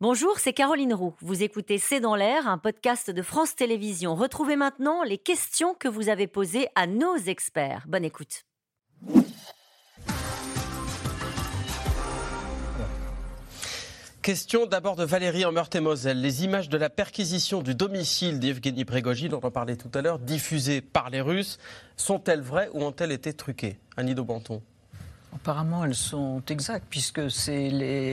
Bonjour, c'est Caroline Roux. Vous écoutez C'est dans l'air, un podcast de France Télévisions. Retrouvez maintenant les questions que vous avez posées à nos experts. Bonne écoute. Question d'abord de Valérie en Meurthe-et-Moselle. Les images de la perquisition du domicile d'Evgueni Prigojine, dont on parlait tout à l'heure, diffusées par les Russes, sont-elles vraies ou ont-elles été truquées? Annie Daubenton. Apparemment, elles sont exactes, puisque c'est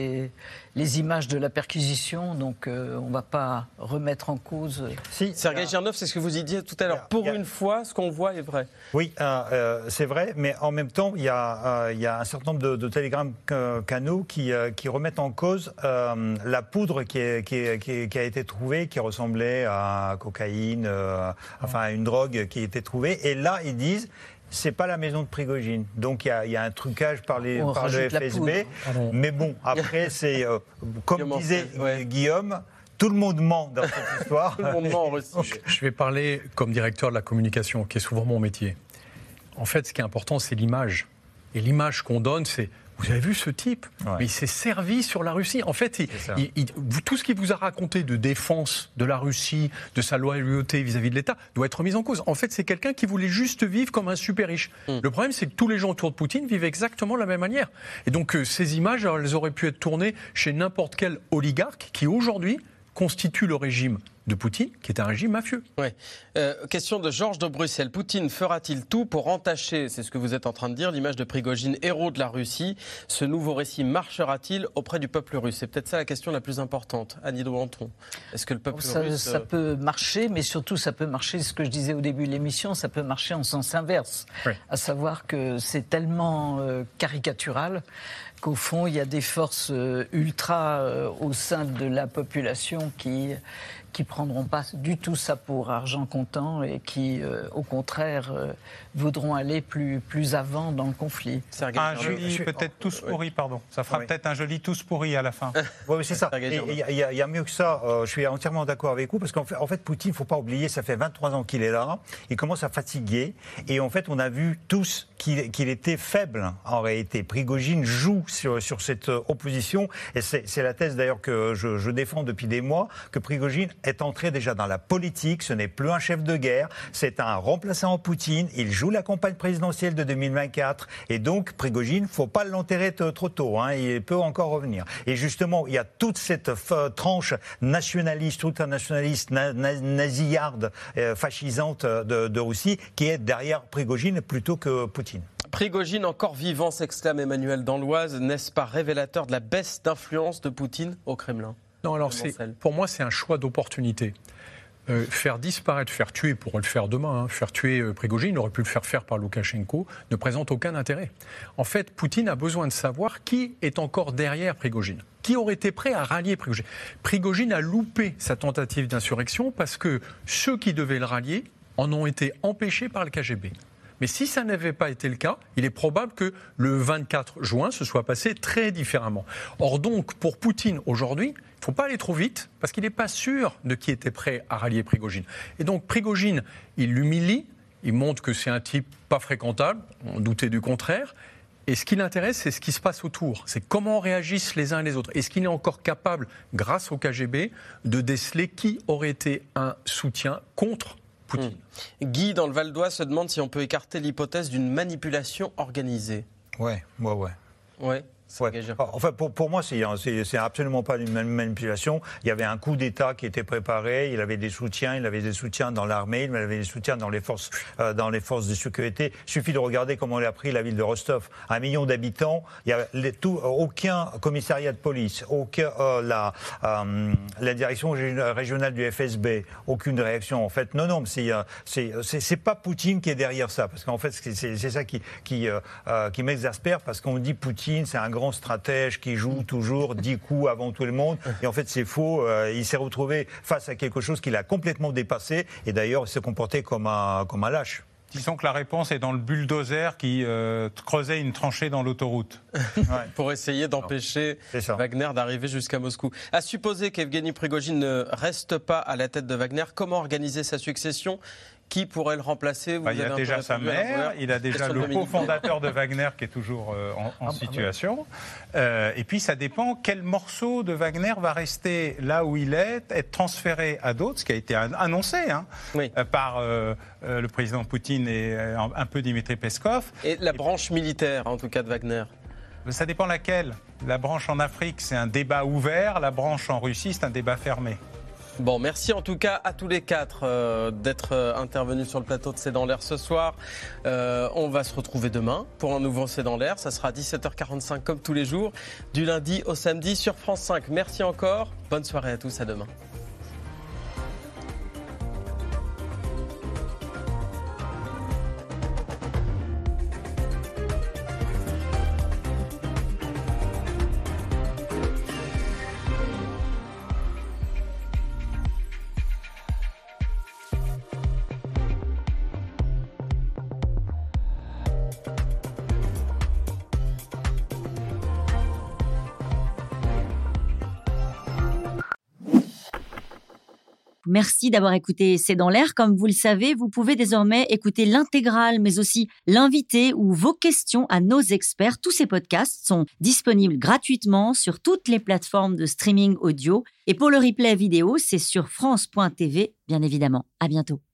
les images de la perquisition, donc on ne va pas remettre en cause... Si, Sergueï Girnov, c'est ce que vous y disiez tout à l'heure. Pour une fois, ce qu'on voit est vrai. Oui, c'est vrai, mais en même temps, il y a un certain nombre de télégrammes canaux qui remettent en cause la poudre qui a été trouvée, qui ressemblait à cocaïne, enfin à une drogue qui a été trouvée. Et là, ils disent... c'est pas la maison de Prigojine. Donc il y a un trucage par le FSB. Mais bon, après, c'est comme disait Guillaume, tout le monde ment dans cette histoire. Tout le monde ment aussi. Je vais parler comme directeur de la communication, qui est souvent mon métier. En fait, ce qui est important, c'est l'image. Et l'image qu'on donne, c'est... Vous avez vu ce type? Mais il s'est servi sur la Russie. En fait, tout ce qu'il vous a raconté de défense de la Russie, de sa loyauté vis-à-vis de l'État, doit être mis en cause. En fait, c'est quelqu'un qui voulait juste vivre comme un super riche. Le problème, c'est que tous les gens autour de Poutine vivent exactement de la même manière. Et donc, ces images, elles auraient pu être tournées chez n'importe quel oligarque qui, aujourd'hui, constitue le régime de Poutine, qui est un régime mafieux. Ouais. Question de Georges de Bruxelles. Poutine fera-t-il tout pour entacher, c'est ce que vous êtes en train de dire, l'image de Prigojine, héros de la Russie? Ce nouveau récit marchera-t-il auprès du peuple russe? C'est peut-être ça la question la plus importante. Annie Daubenton. Est-ce que le peuple russe... Ça peut marcher, mais surtout ça peut marcher, ce que je disais au début de l'émission, ça peut marcher en sens inverse. Oui. À savoir que c'est tellement caricatural qu'au fond, il y a des forces ultra au sein de la population qui prendront pas du tout ça pour argent comptant et qui, au contraire, voudront aller plus avant dans le conflit. Un joli, peut-être tous pourris, pardon. Ça fera peut-être un joli tous pourris à la fin. Oui, c'est ça. Il y a mieux que ça. Je suis entièrement d'accord avec vous, parce qu'en fait, Poutine, il ne faut pas oublier, ça fait 23 ans qu'il est là. Il commence à fatiguer. Et en fait, on a vu tous qu'il était faible, en réalité. Prigojine joue sur cette opposition. Et c'est la thèse, d'ailleurs, que je défends depuis des mois, que Prigojine est entré déjà dans la politique. Ce n'est plus un chef de guerre. C'est un remplaçant en Poutine. Il joue la campagne présidentielle de 2024. Et donc, Prigojine, il ne faut pas l'enterrer trop tôt. Il peut encore revenir. Et justement, il y a toute cette tranche nationaliste, ultranationaliste, nasillarde, fascisante de Russie, qui est derrière Prigojine plutôt que Poutine. Prigojine encore vivant, s'exclame Emmanuel dans l'Oise. N'est-ce pas révélateur de la baisse d'influence de Poutine au Kremlin? Non, alors pour moi, c'est un choix d'opportunité. Faire disparaître, faire tuer, pour le faire demain, faire tuer Prigojine, il aurait pu le faire par Loukachenko, ne présente aucun intérêt. En fait, Poutine a besoin de savoir qui est encore derrière Prigojine. Qui aurait été prêt à rallier Prigojine? Prigojine a loupé sa tentative d'insurrection parce que ceux qui devaient le rallier en ont été empêchés par le KGB. Mais si ça n'avait pas été le cas, il est probable que le 24 juin se soit passé très différemment. Or donc, pour Poutine aujourd'hui, il ne faut pas aller trop vite, parce qu'il n'est pas sûr de qui était prêt à rallier Prigojine. Et donc Prigojine, il l'humilie, il montre que c'est un type pas fréquentable, on doutait du contraire. Et ce qui l'intéresse, c'est ce qui se passe autour. C'est comment réagissent les uns et les autres. Est-ce qu'il est encore capable, grâce au KGB, de déceler qui aurait été un soutien contre Poutine. Guy, dans le Val d'Oise, se demande si on peut écarter l'hypothèse d'une manipulation organisée. Ouais. Enfin, pour moi, c'est absolument pas une manipulation. Il y avait un coup d'État qui était préparé. Il avait des soutiens dans l'armée, il avait des soutiens dans les forces de sécurité. Il suffit de regarder comment on a pris la ville de Rostov. 1 million d'habitants, il y a aucun commissariat de police, la direction régionale du FSB, aucune réaction. En fait, non, c'est pas Poutine qui est derrière ça, parce qu'en fait, c'est ça qui m'exaspère, parce qu'on dit Poutine, c'est un grand stratège qui joue toujours 10 coups avant tout le monde. Et en fait, c'est faux. Il s'est retrouvé face à quelque chose qu'il a complètement dépassé. Et d'ailleurs, il s'est comporté comme un lâche. Disons que la réponse est dans le bulldozer qui creusait une tranchée dans l'autoroute. Pour essayer d'empêcher Wagner d'arriver jusqu'à Moscou. À supposer qu'Evgueni Prigojine ne reste pas à la tête de Wagner, comment organiser sa succession? Qui pourrait le remplacer? Il a déjà sa mère, il a déjà le cofondateur de Wagner qui est toujours en situation. Et puis ça dépend quel morceau de Wagner va rester là où il est, être transféré à d'autres, ce qui a été annoncé par le président Poutine et un peu Dimitri Peskov. Et la branche militaire, en tout cas, de Wagner? Ça dépend laquelle. La branche en Afrique, c'est un débat ouvert. La branche en Russie, c'est un débat fermé. Bon, merci en tout cas à tous les quatre d'être intervenus sur le plateau de C'est dans l'air ce soir. On va se retrouver demain pour un nouveau C'est dans l'air. Ça sera à 17h45 comme tous les jours, du lundi au samedi sur France 5. Merci encore. Bonne soirée à tous. À demain. Merci d'avoir écouté C'est dans l'air. Comme vous le savez, vous pouvez désormais écouter l'intégrale, mais aussi l'invité ou vos questions à nos experts. Tous ces podcasts sont disponibles gratuitement sur toutes les plateformes de streaming audio. Et pour le replay vidéo, c'est sur France.tv, bien évidemment. À bientôt.